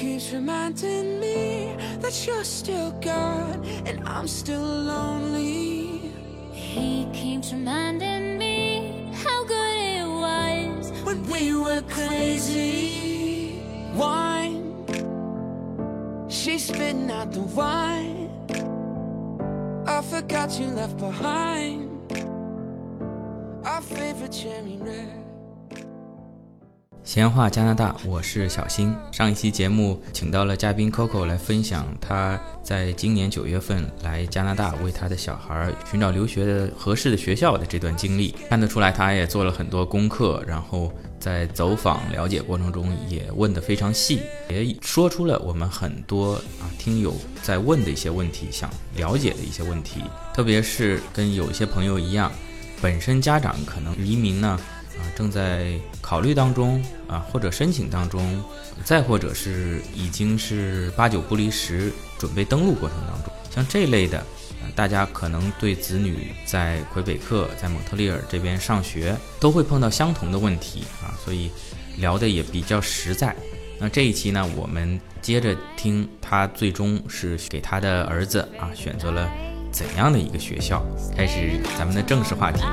keeps reminding me that you're still gone and I'm still lonely. He keeps reminding me how good it was when we were crazy. Wine, she's spitting out the wine. I forgot you left behind our favorite cherry red. 闲话加拿大，我是小新。上一期节目请到了嘉宾 Coco 来分享他在今年9月份来加拿大为他的小孩寻找留学的合适的学校的这段经历。看得出来他也做了很多功课，然后在走访了解过程中也问得非常细，也说出了我们很多听友在问的一些问题，想了解的一些问题。特别是跟有一些朋友一样，本身家长可能移民呢正在考虑当中或者申请当中，再或者是已经是8、9不离10准备登陆过程当中，像这类的大家可能对子女在魁北克在蒙特利尔这边上学都会碰到相同的问题所以聊得也比较实在。那这一期呢，我们接着听他最终是给他的儿子选择了怎样的一个学校，开始咱们的正式话题。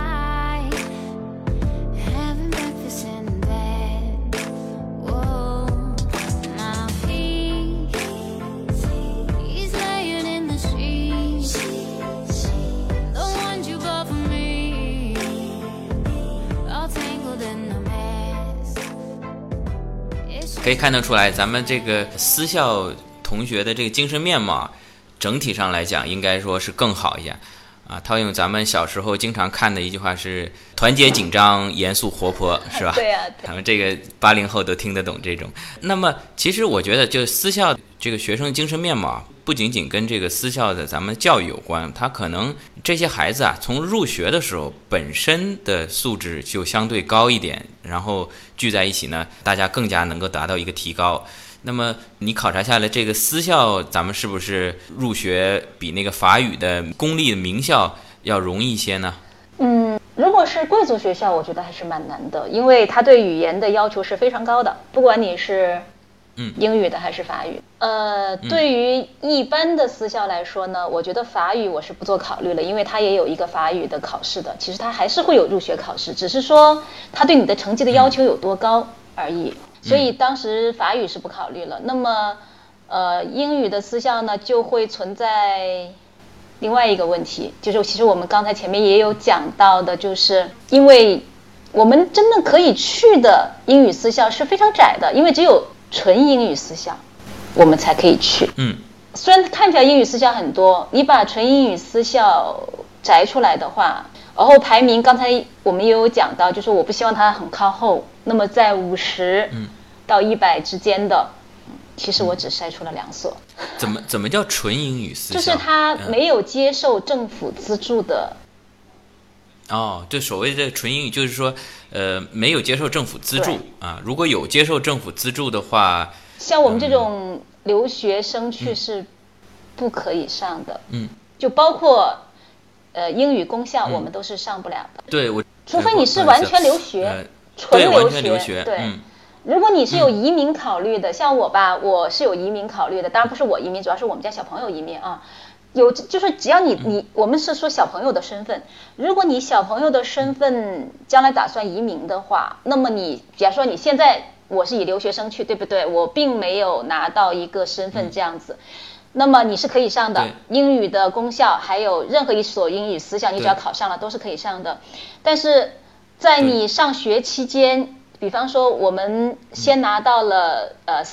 可以看得出来，咱们这个私校同学的这个精神面貌，整体上来讲应该说是更好一些套用咱们小时候经常看的一句话是团结紧张严肃活泼，是吧？ 对啊， 咱们这个80后都听得懂这种。那么其实我觉得就私校这个学生精神面貌不仅仅跟这个私校的咱们教育有关，他可能这些孩子从入学的时候本身的素质就相对高一点，然后聚在一起呢，大家更加能够达到一个提高。那么你考察下来，这个私校咱们是不是入学比那个法语的公立的名校要容易一些呢？ 如果是贵族学校，我觉得还是蛮难的，因为它对语言的要求是非常高的，不管你是英语的还是法语。对于一般的私校来说呢，我觉得法语我是不做考虑了，因为它也有一个法语的考试的，其实它还是会有入学考试，只是说它对你的成绩的要求有多高而已。所以当时法语是不考虑了。那么英语的私校呢，就会存在另外一个问题，就是其实我们刚才前面也有讲到的，就是因为我们真的可以去的英语私校是非常窄的，因为只有纯英语私校我们才可以去。虽然看起来英语私校很多，你把纯英语私校摘出来的话，然后排名刚才我们也有讲到，就是我不希望它很靠后，那么在50到100之间的，其实我只筛出了2所。 怎么叫纯英语私校？ 就是它没有接受政府资助的。 就所谓的纯英语，就是说没有接受政府资助如果有接受政府资助的话， 像我们这种留学生去是不可以上的。就包括英语公校我们都是上不了的。 对， 除非你是完全留学，纯对，完全留学。 对。如果你是有移民考虑的，像我吧，我是有移民考虑的，当然不是我移民，主要是我们家小朋友移民有就是只要我们是说小朋友的身份，如果你小朋友的身份将来打算移民的话，那么你比方说你现在我是以留学生去，对不对？我并没有拿到一个身份这样子，那么你是可以上的。英语的公校还有任何一所英语私校，你只要考上了都是可以上的。但是在你上学期间，比方说我们先拿到了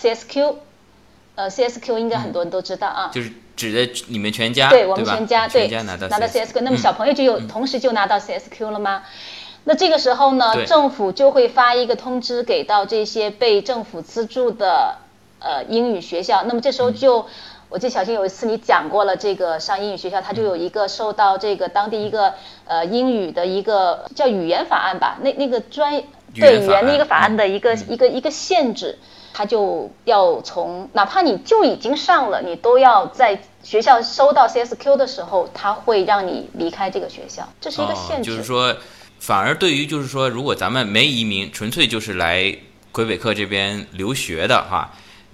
CSQ，CSQ 应该很多人都知道就是指的你们全家， 对，我们全家， 对， 拿到 CSQ，那么小朋友就同时就拿到 CSQ 了吗？那这个时候呢，政府就会发一个通知给到这些被政府资助的英语学校，那么这时候我记得小新有一次你讲过了，这个上英语学校它就有一个受到这个当地一个英语的一个叫语言法案吧，那个语言的一个法案的一个限制，它就要哪怕你就已经上了，你都要在学校收到 CSQ 的时候，它会让你离开这个学校，这是一个限制。 就是说反而对于就是说如果咱们没移民，纯粹就是来魁北克这边留学的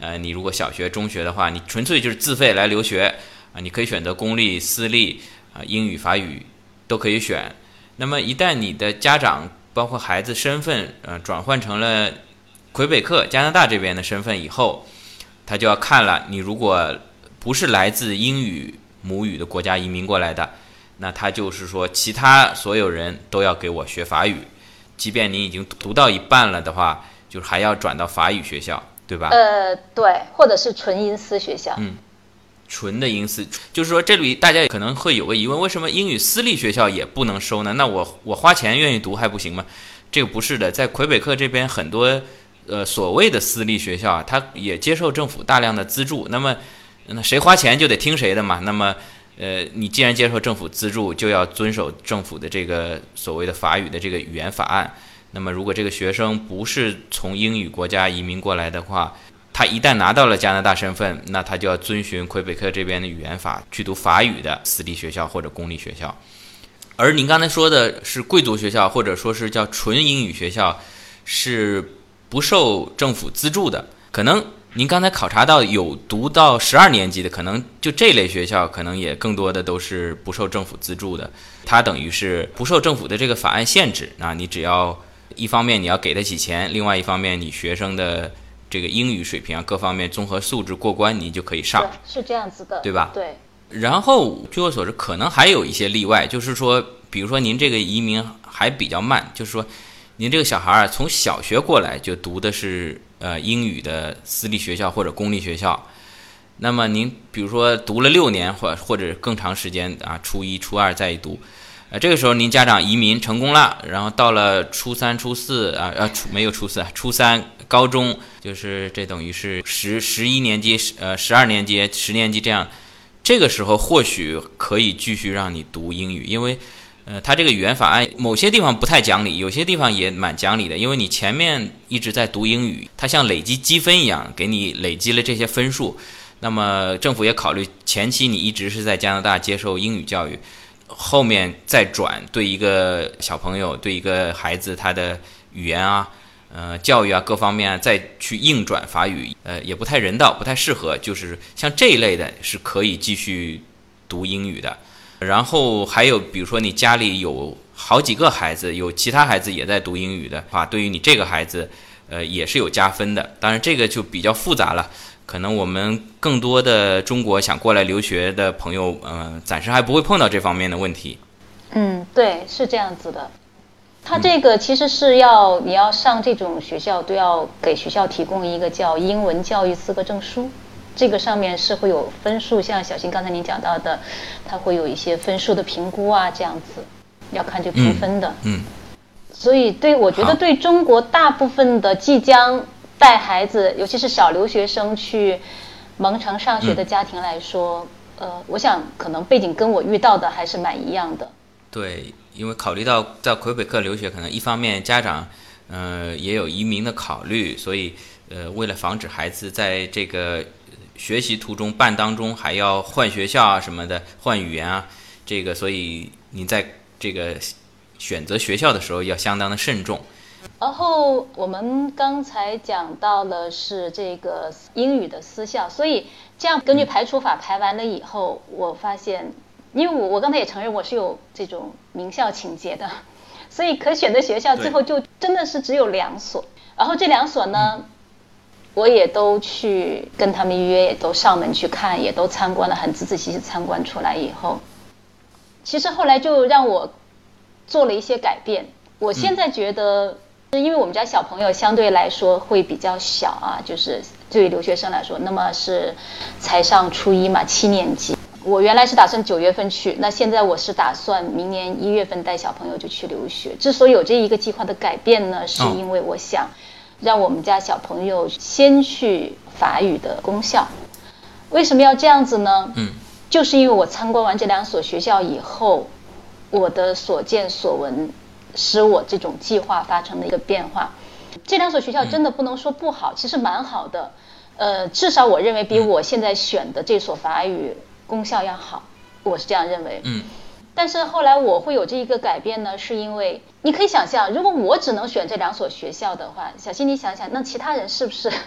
你如果小学、中学的话，你纯粹就是自费来留学你可以选择公立、私立英语、法语都可以选。那么一旦你的家长包括孩子身份转换成了魁北克加拿大这边的身份以后，他就要看了，你如果不是来自英语母语的国家移民过来的，那他就是说其他所有人都要给我学法语，即便你已经读到一半了的话，就是还要转到法语学校，对吧？ 对，或者是纯英私学校。 纯的英私，就是说这里大家可能会有个疑问，为什么英语私立学校也不能收呢？那我花钱愿意读还不行吗？这个不是的，在魁北克这边很多所谓的私立学校它也接受政府大量的资助，那么谁花钱就得听谁的嘛。那么你既然接受政府资助，就要遵守政府的这个所谓的法语的这个语言法案。那么如果这个学生不是从英语国家移民过来的话，他一旦拿到了加拿大身份，那他就要遵循魁北克这边的语言法去读法语的私立学校或者公立学校。而您刚才说的是贵族学校，或者说是叫纯英语学校，是不受政府资助的。可能您刚才考察到有读到12年级的，可能就这类学校可能也更多的都是不受政府资助的。它等于是不受政府的这个法案限制你只要一方面你要给得起钱，另外一方面你学生的这个英语水平各方面综合素质过关，你就可以上。 对，是这样子的， 对吧？ 对。 然后据我所知，可能还有一些例外，就是说，比如说您这个移民还比较慢，就是说，您这个小孩从小学过来就读的是英语的私立学校或者公立学校，那么您比如说读了6年或者更长时间初一、初二再一读。这个时候您家长移民成功了，然后到了初3、初4没有初4，初3高中，就是这等于是11年级、12年级、10年级这样。这个时候或许可以继续让你读英语，因为它这个语言法案某些地方不太讲理，有些地方也蛮讲理的。因为你前面一直在读英语，它像累积积分一样，给你累积了这些分数。那么政府也考虑前期你一直是在加拿大接受英语教育，后面再转对一个小朋友、对一个孩子他的语言教育各方面再去硬转法语，也不太人道，不太适合。就是像这一类的是可以继续读英语的。然后还有比如说你家里有好几个孩子，有其他孩子也在读英语的话，对于你这个孩子也是有加分的。当然这个就比较复杂了，可能我们更多的中国想过来留学的朋友暂时还不会碰到这方面的问题。 对，是这样子的。他这个其实是你要上这种学校，都要给学校提供一个叫英文教育资格证书，这个上面是会有分数，像小新刚才您讲到的，它会有一些分数的评估这样子，要看这个评分的。所以我觉得对中国大部分的即将带孩子，尤其是小留学生去蒙城上学的家庭来说，我想可能背景跟我遇到的还是蛮一样的。 对，因为考虑到在魁北克留学，可能一方面家长也有移民的考虑，所以为了防止孩子在这个学习途中当中还要换学校什么的，换语言这个，所以你在这个选择学校的时候要相当的慎重。 然后我们刚才讲到了是这个英语的私校，所以这样根据排除法排完了以后，我发现因为我刚才也承认我是有这种名校情节的，所以可选的学校最后就真的是只有2所。然后这2所呢，我也都去跟他们约，也都上门去看，也都参观了，很仔仔细细参观出来以后，其实后来就让我做了一些改变。我现在觉得因为我们家小朋友相对来说会比较小就是对于留学生来说，那么是才上初一嘛，7年级。我原来是打算9月份去，那现在我是打算明年1月份带小朋友就去留学。之所以有这一个计划的改变呢，是因为我想让我们家小朋友先去法语的公校。为什么要这样子呢？就是因为我参观完这2所学校以后，我的所见所闻使我这种计划发生了一个变化。这2所学校真的不能说不好，其实蛮好的。至少我认为比我现在选的这所法语公校要好，我是这样认为。但是后来我会有这一个改变呢，是因为你可以想象，如果我只能选这2所学校的话，小新你想想，那其他人是不是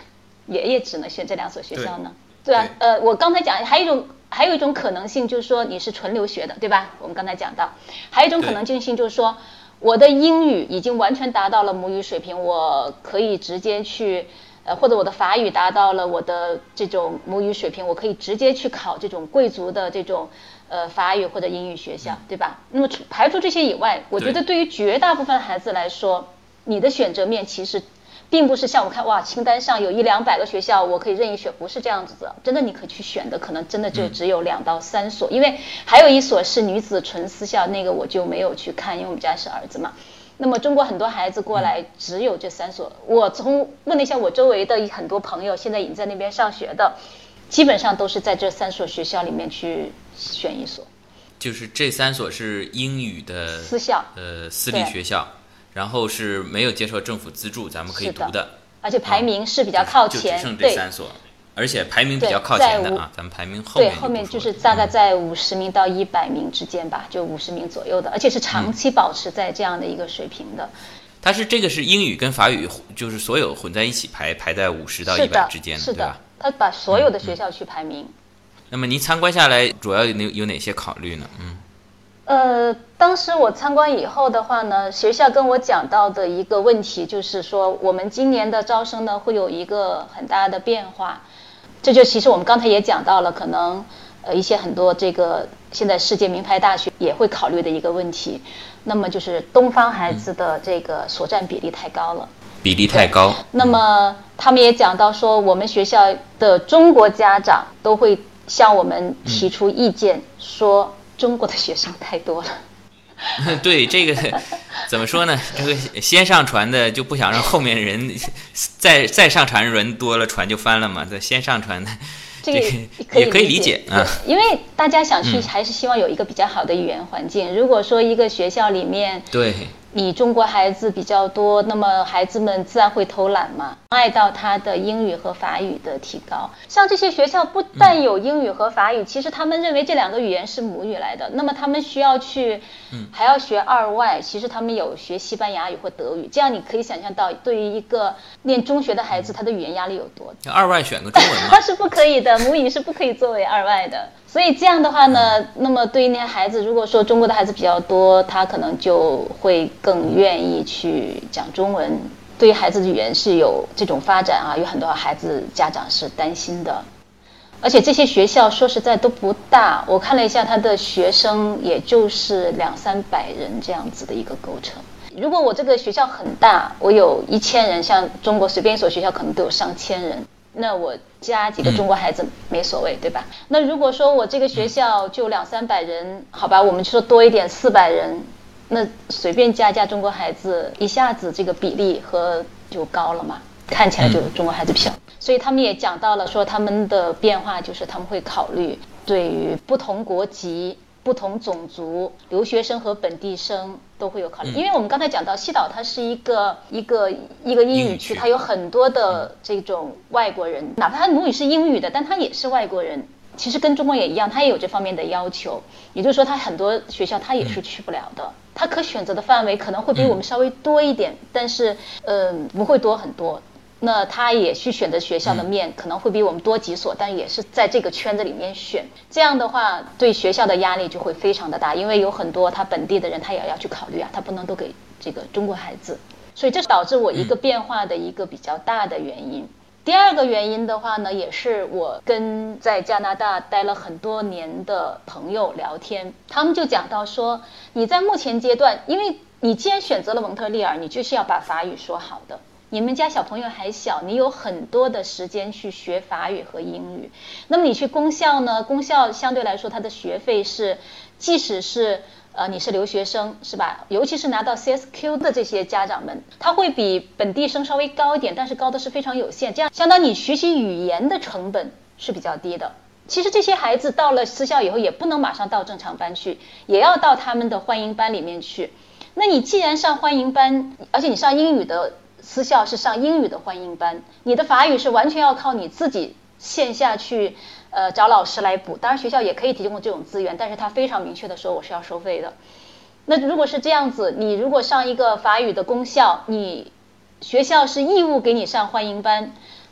也只能选这2所学校呢？对啊，我刚才讲还有一种可能性就是说你是纯留学的，对吧？我们刚才讲到，还有一种可能性就是说我的英语已经完全达到了母语水平，我可以直接去或者我的法语达到了我的这种母语水平，我可以直接去考这种贵族的这种法语或者英语学校，对吧？那么排除这些以外，我觉得对于绝大部分孩子来说，你的选择面其实并不是像我看哇清单上有100-200个学校我可以任意选，不是这样子的。真的你可以去选的可能真的就只有2到3所，因为还有一所是女子纯私校，那个我就没有去看，因为我们家是儿子嘛。那么中国很多孩子过来只有这3所，我问了一下我周围的很多朋友，现在已经在那边上学的，基本上都是在这3所学校里面去选一所。 就是这3所是英语的私校， 私立学校，然后是没有接受政府资助，咱们可以读的， 而且排名是比较靠前， 就只剩这3所，而且排名比较靠前的啊，咱们排名后面对，后面就是大概在50名到100名之间吧，就50名左右的，而且是长期保持在这样的一个水平的。 它是这个是英语跟法语就是所有混在一起排在50到100之间的， 是的， 对吧？ 他把所有的学校去排名。 那么您参观下来主要有哪些考虑呢？ 当时我参观以后的话呢，学校跟我讲到的一个问题就是说，我们今年的招生呢会有一个很大的变化，这就其实我们刚才也讲到了，可能一些很多这个现在世界名牌大学也会考虑的一个问题，那么就是东方孩子的这个所占比例太高了， 比例太高。 那么他们也讲到说，我们学校的中国家长都会向我们提出意见，说中国的学生太多了。 对，这个怎么说呢？这个先上船的就不想让后面人再上船人多了，船就翻了嘛。这先上船的， 这个也可以理解啊。 因为大家想去还是希望有一个比较好的语言环境。如果说一个学校里面， 对， 你中国孩子比较多，那么孩子们自然会偷懒嘛，妨碍到他的英语和法语的提高。像这些学校不但有英语和法语，其实他们认为这2个语言是母语来的，那么他们需要去还要学2外，其实他们有学西班牙语或德语，这样你可以想象到对于一个念中学的孩子，他的语言压力有多大。 2外选个中文嘛？ 他是不可以的，母语是不可以作为2外的。所以这样的话呢，那么对于那些孩子，如果说中国的孩子比较多，他可能就会更愿意去讲中文。对于孩子的语言是有这种发展啊，有很多孩子家长是担心的。而且这些学校说实在都不大，我看了一下他的学生也就是200-300人这样子的一个构成。如果我这个学校很大，我有1000人，像中国随便一所学校可能都有上千人，那我加几个中国孩子没所谓，对吧？那如果说我这个学校就200-300人，好吧，我们就说多一点400人，那随便加中国孩子，一下子这个比例就高了嘛，看起来就中国孩子比较。所以他们也讲到了说他们的变化就是他们会考虑对于不同国籍、不同种族留学生和本地生都会有考虑，因为我们刚才讲到西岛它是一个英语区，它有很多的这种外国人，哪怕他母语是英语的，但他也是外国人，其实跟中国也一样，他也有这方面的要求，也就是说他很多学校他也是去不了的，他可选择的范围可能会比我们稍微多一点，但是不会多很多。那他也去选择学校的面可能会比我们多几所，但也是在这个圈子里面选，这样的话对学校的压力就会非常的大，因为有很多他本地的人他也要去考虑啊，他不能都给这个中国孩子，所以这是导致我一个变化的一个比较大的原因。第2个原因的话呢，也是我跟在加拿大待了很多年的朋友聊天，他们就讲到说，你在目前阶段，因为你既然选择了蒙特利尔，你就是要把法语说好的，你们家小朋友还小，你有很多的时间去学法语和英语。那么你去公校呢，公校相对来说它的学费是，即使是你是留学生是吧，尤其是拿到 CSQ 的这些家长们，他会比本地生稍微高一点，但是高的是非常有限，这样相当你学习语言的成本是比较低的。其实这些孩子到了私校以后也不能马上到正常班去，也要到他们的欢迎班里面去。那你既然上欢迎班，而且你上英语的私校是上英语的欢迎班，你的法语是完全要靠你自己线下去找老师来补，当然学校也可以提供这种资源，但是他非常明确的说我是要收费的。那如果是这样子，你如果上一个法语的公校，你学校是义务给你上欢迎班，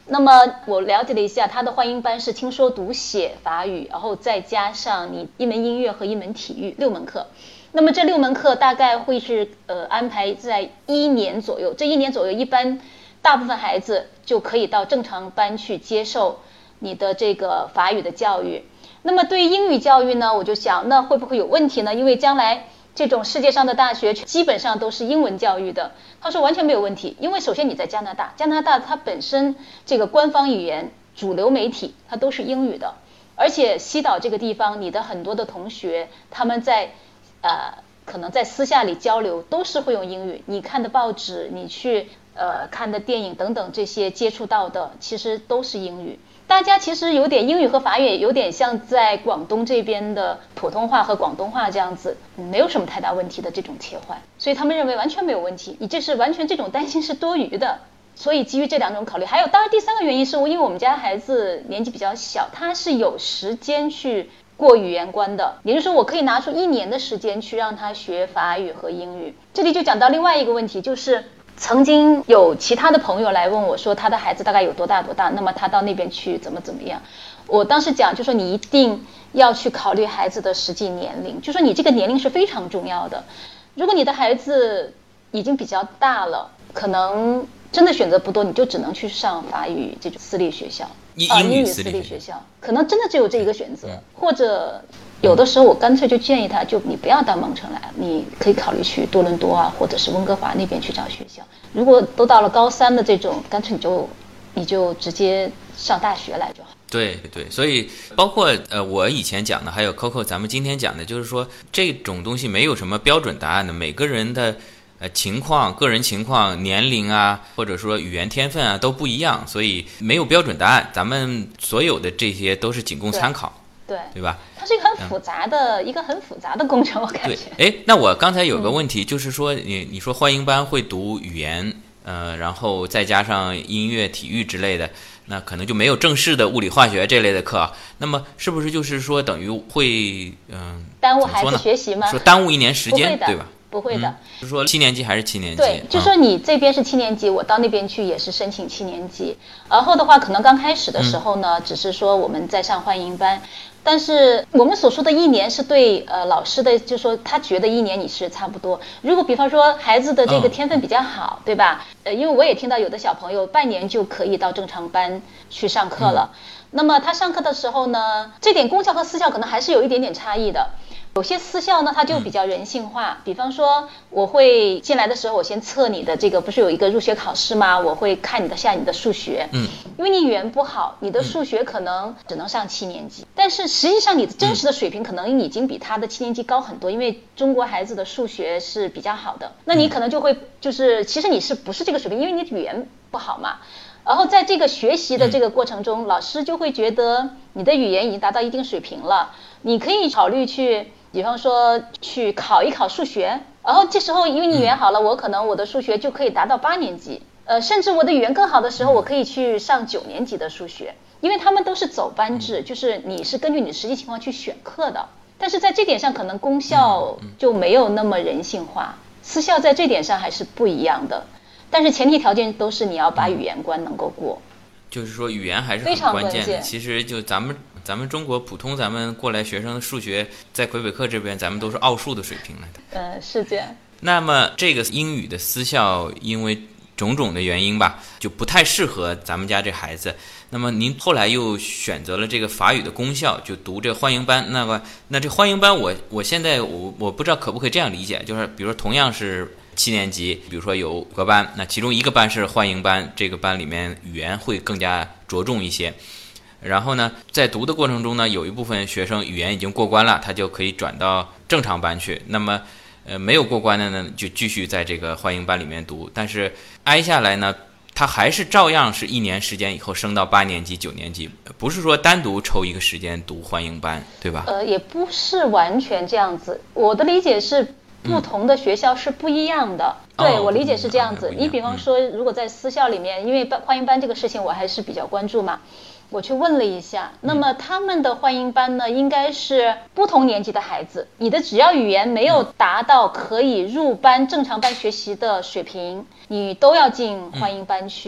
那么我了解了一下，他的欢迎班是听说读写法语，然后再加上你一门音乐和一门体育，6门课。那么这6门课大概会是安排在1年左右，这1年左右一般大部分孩子就可以到正常班去接受你的这个法语的教育。那么对于英语教育呢，我就想那会不会有问题呢？因为将来这种世界上的大学基本上都是英文教育的。他说完全没有问题，因为首先你在加拿大，加拿大它本身这个官方语言主流媒体它都是英语的，而且西岛这个地方你的很多的同学他们在可能在私下里交流都是会用英语，你看的报纸，你去看的电影等等，这些接触到的其实都是英语。大家其实有点英语和法语有点像在广东这边的普通话和广东话这样子，没有什么太大问题的这种切换，所以他们认为完全没有问题，你这是完全这种担心是多余的。所以基于这2种考虑，还有当然第3个原因是因为我们家孩子年纪比较小，他是有时间去过语言关的，也就是说我可以拿出1年的时间去让他学法语和英语。这里就讲到另外一个问题，就是曾经有其他的朋友来问我说他的孩子大概有多大，那么他到那边去怎么样。我当时讲就说你一定要去考虑孩子的实际年龄，就说你这个年龄是非常重要的。如果你的孩子已经比较大了，可能真的选择不多，你就只能去上法语这种私立学校， 英语私立学校可能真的只有这一个选择。或者有的时候我干脆就建议他，就你不要到蒙城来，你可以考虑去多伦多啊，或者是温哥华那边去找学校。如果都到了高3的这种，干脆你就直接上大学来就好。 对对，所以包括我以前讲的，还有 Coco 咱们今天讲的，就是说这种东西没有什么标准答案的，每个人的情况、个人情况、年龄啊，或者说语言天分啊都不一样，所以没有标准答案。咱们所有的这些都是仅供参考，对吧？ 它是一个很复杂的、一个很复杂的工程，我感觉。 对，那我刚才有个问题，就是说你说欢迎班会读语言，然后再加上音乐、体育之类的。那可能就没有正式的物理化学这类的课啊，那么是不是就是说等于会耽误孩子学习吗？ 说耽误1年时间，对吧？ 不会的， 就是说7年级还是7年级？ 对，就说你这边是7年级，我到那边去也是申请7年级。然后的话，可能刚开始的时候呢，只是说我们在上欢迎班，但是我们所说的1年是对老师的，就是说他觉得1年你是差不多。如果比方说孩子的这个天分比较好，对吧？因为我也听到有的小朋友半年就可以到正常班去上课了。那么他上课的时候呢，这点公校和私校可能还是有一点点差异的。有些私校呢，它就比较人性化，比方说我会进来的时候，我先测你的这个，不是有一个入学考试吗？我会看你的数学，因为你语言不好，你的数学可能只能上7年级，但是实际上你的真实的水平可能已经比他的7年级高很多，因为中国孩子的数学是比较好的，那你可能就会就是其实你是不是这个水平，因为你的语言不好嘛。然后在这个学习的这个过程中，老师就会觉得你的语言已经达到一定水平了，你可以考虑去比方说去考一考数学，然后这时候因为你语言好了，我可能我的数学就可以达到8年级，甚至我的语言更好的时候，我可以去上9年级的数学，因为他们都是走班制，就是你是根据你实际情况去选课的。但是在这点上，可能公校就没有那么人性化，私校在这点上还是不一样的。但是前提条件都是你要把语言关能够过， 就是说语言还是很关键的。其实就咱们中国普通咱们过来学生的数学，在魁北克这边咱们都是奥数的水平来的。 是这样。 那么这个英语的私校因为种种的原因吧，就不太适合咱们家这孩子。那么您后来又选择了这个法语的公校，就读这个欢迎班。那这欢迎班我现在我不知道可不可以这样理解，就是比如说同样是7年级，比如说有5个班，那其中1个班是欢迎班，这个班里面语言会更加着重一些。然后呢，在读的过程中呢，有一部分学生语言已经过关了，他就可以转到正常班去。那么没有过关的呢，就继续在这个欢迎班里面读。但是挨下来呢，他还是照样是1年时间以后升到8年级、9年级，不是说单独抽一个时间读欢迎班，对吧？ 也不是完全这样子。我的理解是，不同的学校是不一样的。对，我理解是这样子。你比方说，如果在私校里面，因为欢迎班这个事情我还是比较关注嘛，我去问了一下，那么他们的欢迎班呢，应该是不同年级的孩子，你的只要语言没有达到可以入班正常班学习的水平，你都要进欢迎班去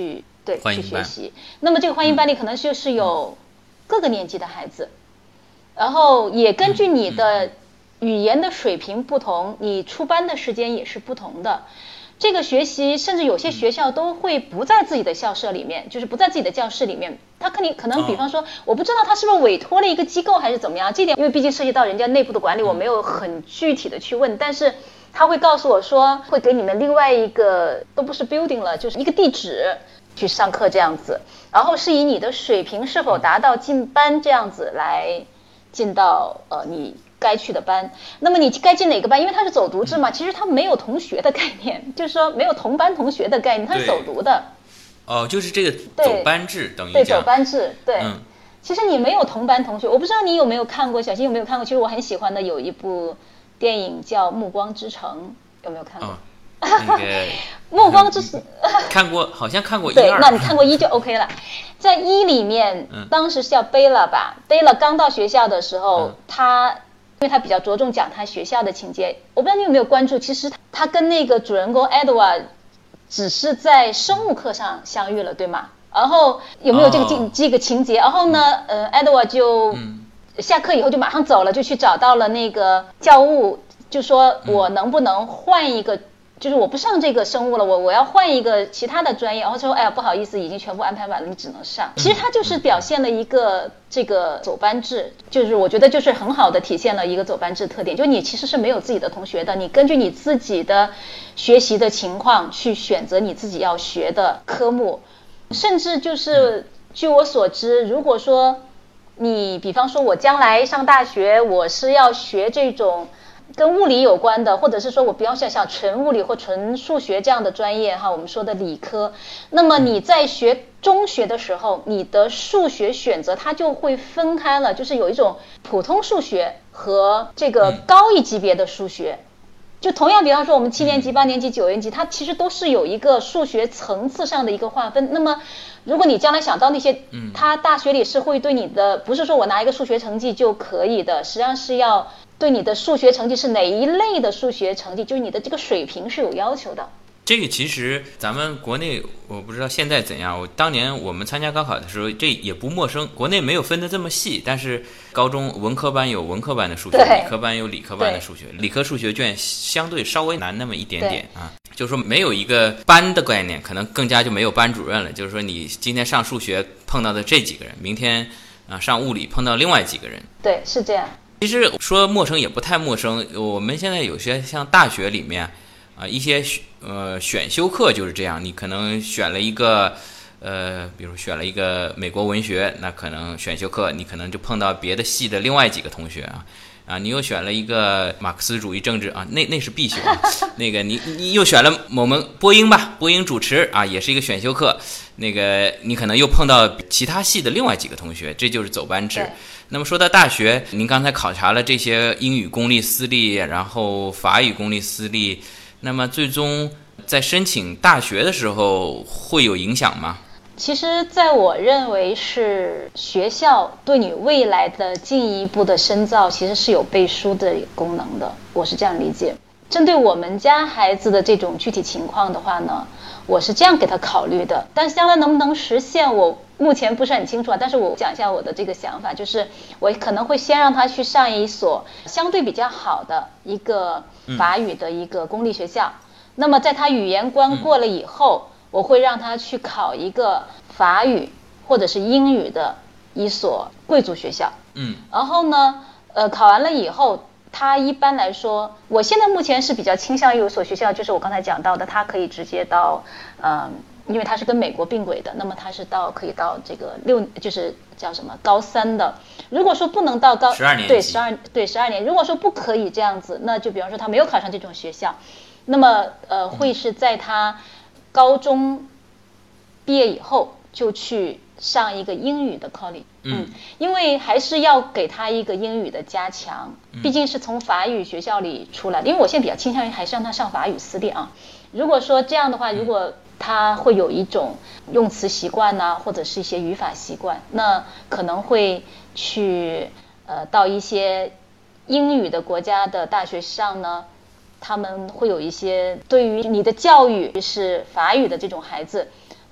对，去学习。那么这个欢迎班里可能就是有各个年级的孩子，然后也根据你的语言的水平不同，你出班的时间也是不同的。这个学习甚至有些学校都会不在自己的校舍里面，就是不在自己的教室里面，他可能比方说，我不知道他是不是委托了一个机构还是怎么样，这点因为毕竟涉及到人家内部的管理，我没有很具体的去问，但是他会告诉我说会给你们另外一个都不是 building 了，就是一个地址去上课这样子，然后是以你的水平是否达到进班这样子来进到你该去的班。那么你该进哪个班，因为它是走读制嘛，其实它没有同学的概念，就是说没有同班同学的概念，它是走读的。 就是这个走班制等于对走班制，对。其实你没有同班同学，我不知道你有没有看过，小新有没有看过？其实我很喜欢的有一部电影叫《暮光之城》，有没有看过？ 那个暮光之城看过，好像看过一对， 二。 那你看过一就 OK 了。在一里面，当时是叫贝拉吧，贝拉刚到学校的时候，因为他比较着重讲他学校的情节，我不知道你有没有关注，其实他跟那个主人公 Edward 只是在生物课上相遇了，对吗？然后有没有这个情节？然后呢，Edward 就下课以后就马上走了，就去找到了那个教务，就说我能不能换一个，就是我不上这个生物了，我要换一个其他的专业。然后说哎呀不好意思，已经全部安排完了，你只能上。其实他就是表现了一个这个走班制，就是我觉得就是很好的体现了一个走班制特点，就你其实是没有自己的同学的，你根据你自己的学习的情况去选择你自己要学的科目。甚至就是据我所知，如果说你比方说我将来上大学，我是要学这种跟物理有关的，或者是说我比方像纯物理或纯数学这样的专业哈，我们说的理科，那么你在学中学的时候，你的数学选择它就会分开了，就是有一种普通数学和这个高一级别的数学。就同样比方说我们7年级、8年级、9年级，它其实都是有一个数学层次上的一个划分。那么如果你将来想到那些，它大学里是会对你的，不是说我拿一个数学成绩就可以的，实际上是要对你的数学成绩是哪一类的数学成绩，就是你的这个水平是有要求的。 这个其实咱们国内我不知道现在怎样，当年我们参加高考的时候这也不陌生，国内没有分得这么细，但是高中文科班有文科班的数学，理科班有理科班的数学，理科数学卷相对稍微难那么一点点啊，就是说没有一个班的概念，可能更加就没有班主任了，就是说你今天上数学碰到的这几个人，明天上物理碰到另外几个人， 对，是这样。 其实说陌生也不太陌生，我们现在有些像大学里面一些选修课就是这样，你可能选了一个比如选了一个美国文学，那可能选修课你可能就碰到别的系的另外几个同学你又选了一个马克思主义政治那是必修那个你又选了某门播音吧，播音主持也是一个选修课，那个你可能又碰到其他系的另外几个同学，这就是走班制。那么说到大学，您刚才考察了这些英语公立私立，然后法语公立私立，那么最终在申请大学的时候会有影响吗？ 其实在我认为是学校对你未来的进一步的深造其实是有背书的功能的，我是这样理解。针对我们家孩子的这种具体情况的话呢，我是这样给他考虑的，但是将来能不能实现我目前不是很清楚但是我讲一下我的这个想法，就是我可能会先让他去上一所相对比较好的一个法语的一个公立学校，那么在他语言关过了以后，我会让他去考一个法语或者是英语的一所贵族学校。然后呢考完了以后，他一般来说，我现在目前是比较倾向于有所学校，就是我刚才讲到的，他可以直接到因为他是跟美国并轨的，那么他是可以到这个就是叫什么高3的。如果说不能到 12年级， 对12年，如果说不可以这样子，那就比方说他没有考上这种学校，那么会是在他高中毕业以后就去上一个英语的 college。因为还是要给他一个英语的加强，毕竟是从法语学校里出来的，因为我现在比较倾向于还是让他上法语私立如果说这样的话，如果他会有一种用词习惯或者是一些语法习惯，那可能会去到一些英语的国家的大学上呢，他们会有一些对于你的教育是法语的这种孩子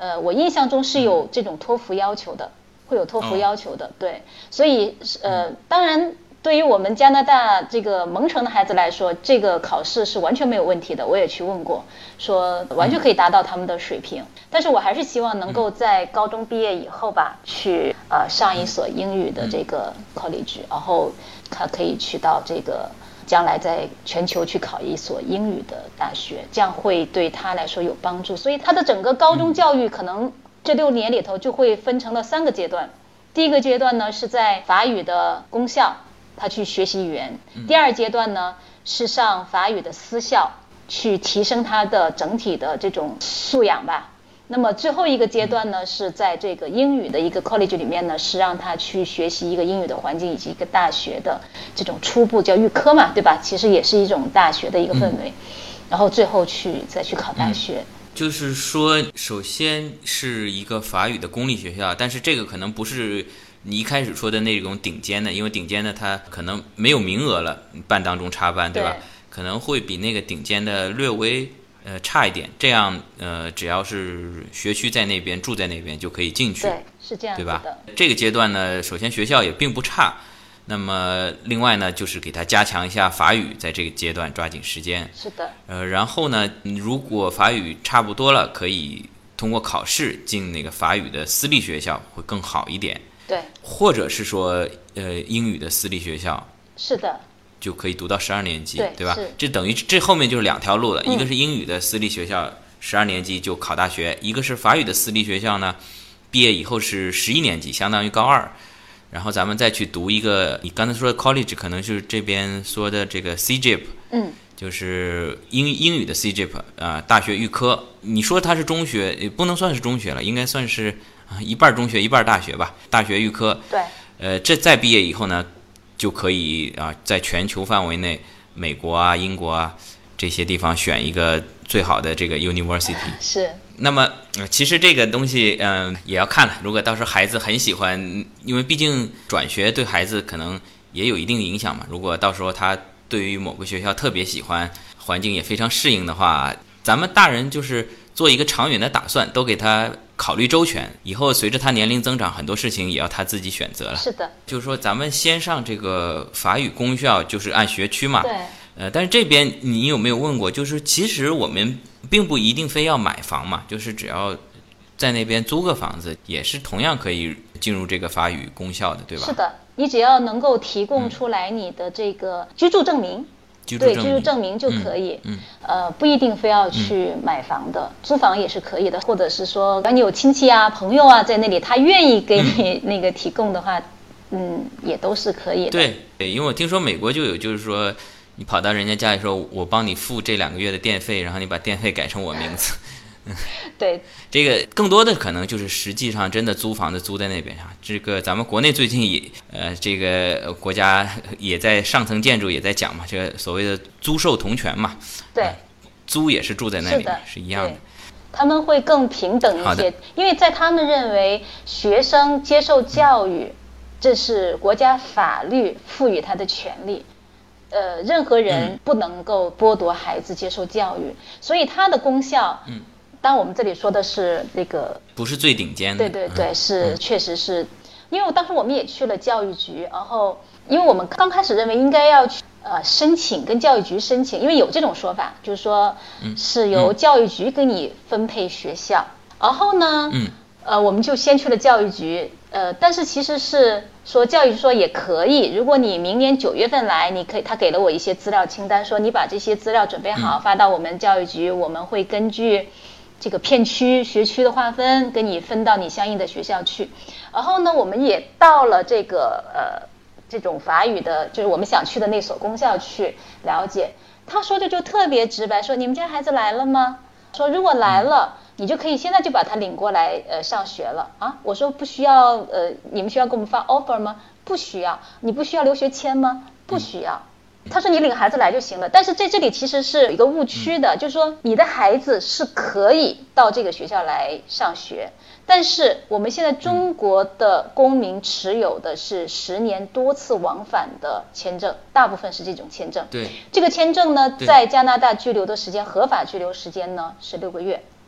我印象中是有这种托福要求的，会有托福要求的，对，所以当然。对于我们加拿大这个蒙城的孩子来说，这个考试是完全没有问题的。我也去问过，说完全可以达到他们的水平。但是我还是希望能够在高中毕业以后吧，去上一所英语的这个 college， 然后他可以去到这个将来在全球去考一所英语的大学，这样会对他来说有帮助。所以他的整个高中教育可能这6年里头就会分成了3个阶段。第一个阶段呢是在法语的公校。他去学习语言。第2阶段呢是上法语的私校，去提升他的整体的这种素养吧。那么最后一个阶段呢是在这个英语的一个 college 里面呢，是让他去学习一个英语的环境以及一个大学的这种初步叫预科嘛，对吧？其实也是一种大学的一个氛围。然后最后再去考大学。 就是说首先是一个法语的公立学校，但是这个可能不是你一开始说的那种顶尖的，因为顶尖的它可能没有名额了，班当中插班，对吧？可能会比那个顶尖的略微差一点。这样只要是学区在那边，住在那边就可以进去， 对，是这样子的， 对吧？这个阶段呢，首先学校也并不差。那么另外呢，就是给他加强一下法语，在这个阶段抓紧时间。 是的。 然后呢，如果法语差不多了，可以通过考试进那个法语的私立学校，会更好一点。 对， 或者是说英语的私立学校， 是的， 就可以读到12年级， 对吧？ 是， 这等于这后面就是2条路了，一个是英语的私立学校12年级就考大学，一个是法语的私立学校呢，毕业以后是11年级，相当于高2，然后咱们再去读一个你刚才说的 college， 可能是这边说的这个 CGIP， 就是英语的 CGIP 大学预科。你说它是中学，也不能算是中学了，应该算是一半中学一半大学吧，大学预科。 对。 这再毕业以后呢，就可以在全球范围内，美国啊、英国啊这些地方选一个最好的这个 university。 是。 那么其实这个东西也要看了，如果到时候孩子很喜欢，因为毕竟转学对孩子可能也有一定的影响嘛。如果到时候他对于某个学校特别喜欢，环境也非常适应的话，咱们大人就是做一个长远的打算，都给他考虑周全，以后随着他年龄增长，很多事情也要他自己选择了。 是的。 就是说咱们先上这个法语公校，就是按学区嘛。 对。 但是这边你有没有问过，就是其实我们并不一定非要买房嘛，就是只要在那边租个房子，也是同样可以进入这个法语公校的，对吧？ 是的，你只要能够提供出来你的这个居住证明。对，居住证明就可以。不一定非要去买房的，租房也是可以的，或者是说你有亲戚啊、朋友啊在那里，他愿意给你那个提供的话，也都是可以的。 对，因为我听说美国就有，就是说你跑到人家家里说，我帮你付这2个月的电费，然后你把电费改成我名字。 对， 这个更多的可能就是实际上真的租房子租在那边上。这个咱们国内最近也这个国家也在上层建筑也在讲嘛，这个所谓的租售同权嘛。 对， 租也是住在那里，是一样的。 他们会更平等一些，因为在他们认为学生接受教育，这是国家法律赋予他的权利。任何人不能够剥夺孩子接受教育，所以他的功效，当我们这里说的是那个不是最顶尖的， 对，是确实是，因为当时我们也去了教育局，然后因为我们刚开始认为应该要去申请跟教育局申请，因为有这种说法，就是说是由教育局给你分配学校，然后呢，我们就先去了教育局，但是其实是说教育局说也可以，如果你明年9月份来，你可以，他给了我一些资料清单，说你把这些资料准备好，发到我们教育局，我们会根据这个片区、学区的划分，给你分到你相应的学校去。然后呢，我们也到了这个这种法语的，就是我们想去的那所公校去了解。他说的就特别直白，说你们家孩子来了吗？说如果来了，你就可以现在就把他领过来上学了啊！我说不需要你们需要给我们发 offer 吗？不需要。你不需要留学签吗？不需要。他说你领孩子来就行了，但是在这里其实是有一个误区的，就是说你的孩子是可以到这个学校来上学，但是我们现在中国的公民持有的是10年多次往返的签证，大部分是这种签证。 对， 这个签证呢，在加拿大居留的时间，合法居留时间呢是6个月。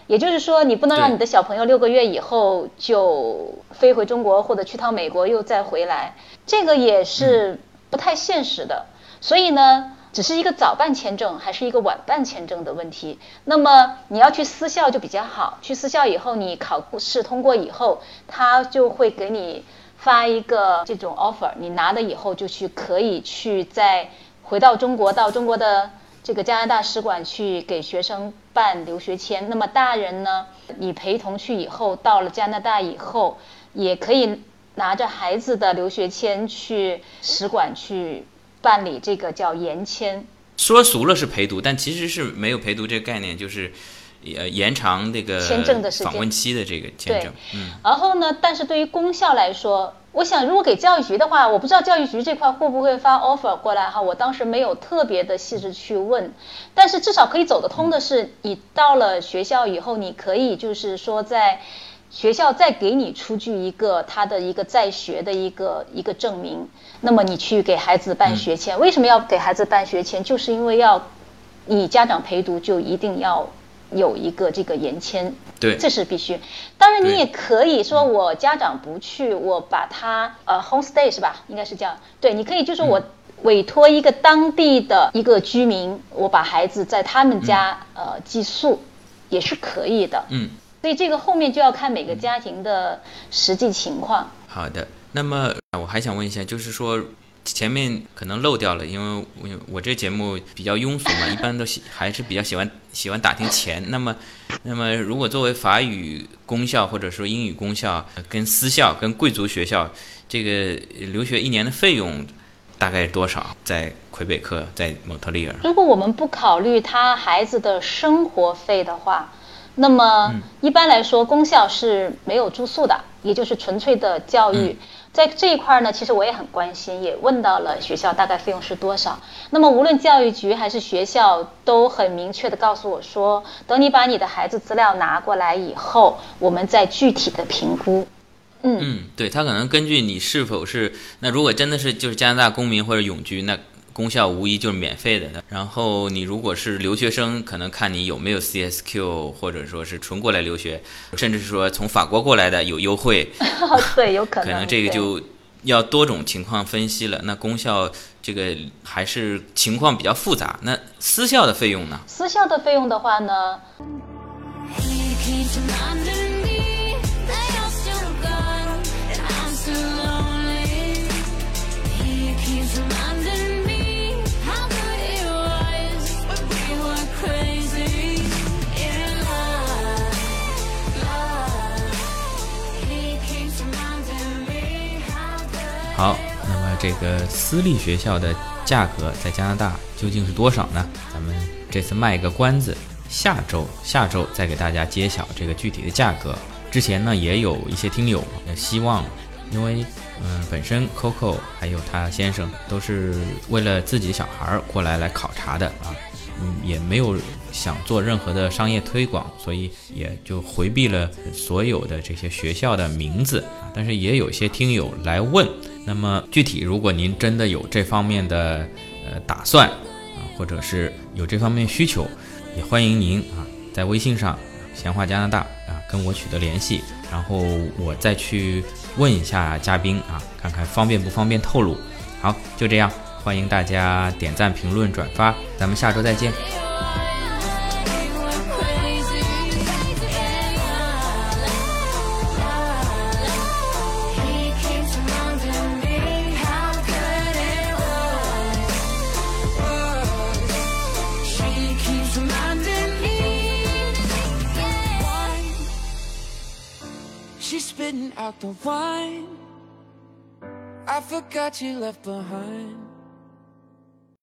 也就是说，你不能让你的小朋友6个月以后就飞回中国或者去趟美国又再回来，这个也是不太现实的。所以呢，只是一个早办签证还是一个晚办签证的问题。那么你要去私校就比较好，去私校以后你考试通过以后，他就会给你发一个这种 offer， 你拿了以后就可以去再回到中国，到中国的这个加拿大使馆去给学生办留学签。那么大人呢，你陪同去以后，到了加拿大以后，也可以拿着孩子的留学签去使馆去办理这个叫延签。 说俗了是陪读，但其实是没有陪读这个概念，就是延长这个签证的时间， 访问期的这个签证。 然后呢，但是对于公校来说，我想如果给教育局的话，我不知道教育局这块会不会发 offer 过来哈，我当时没有特别的细致去问，但是至少可以走得通的是，你到了学校以后，你可以就是说在学校再给你出具一个他的一个在学的一个证明，那么你去给孩子办学签。为什么要给孩子办学签？就是因为你家长陪读就一定要有一个这个延签， 对， 这是必须。当然你也可以说我家长不去，我把他homestay 是吧？应该是这样。对，你可以就是我委托一个当地的一个居民，我把孩子在他们家寄宿，也是可以的。所以这个后面就要看每个家庭的实际情况。 好的，那么我还想问一下，就是说前面可能漏掉了，因为我这节目比较庸俗嘛，一般都还是比较喜欢打听钱。那么如果作为法语公校或者说英语公校跟私校跟贵族学校，这个留学1年的费用大概是多少？在魁北克，在蒙特利尔。 如果我们不考虑他孩子的生活费的话，那么一般来说公校是没有住宿的，也就是纯粹的教育。在这一块呢，其实我也很关心，也问到了学校大概费用是多少。那么无论教育局还是学校都很明确的告诉我说，等你把你的孩子资料拿过来以后，我们再具体的评估。 对，他可能根据你是否是，那如果真的是就是加拿大公民或者永居，那公校无疑就是免费的。然后你如果是留学生，可能看你有没有 CSQ， 或者说是纯过来留学，甚至是说从法国过来的有优惠。 对，有可能。 可能这个就要多种情况分析了。那公校这个还是情况比较复杂。那私校的费用呢？ 私校的费用的话呢？ 好，那么这个私立学校的价格在加拿大究竟是多少呢？咱们这次卖一个关子，下周再给大家揭晓这个具体的价格。之前呢也有一些听友希望，因为本身 Coco 还有他先生都是为了自己小孩过来考察的啊，也没有想做任何的商业推广，所以也就回避了所有的这些学校的名字。但是也有些听友来问，那么具体如果您真的有这方面的打算啊，或者是有这方面需求，也欢迎您啊在微信上闲话加拿大啊跟我取得联系，然后我再去问一下嘉宾啊，看看方便不方便透露。好，就这样，欢迎大家点赞、评论、转发，咱们下周再见。 She's spitting out the wine I forgot you left behind.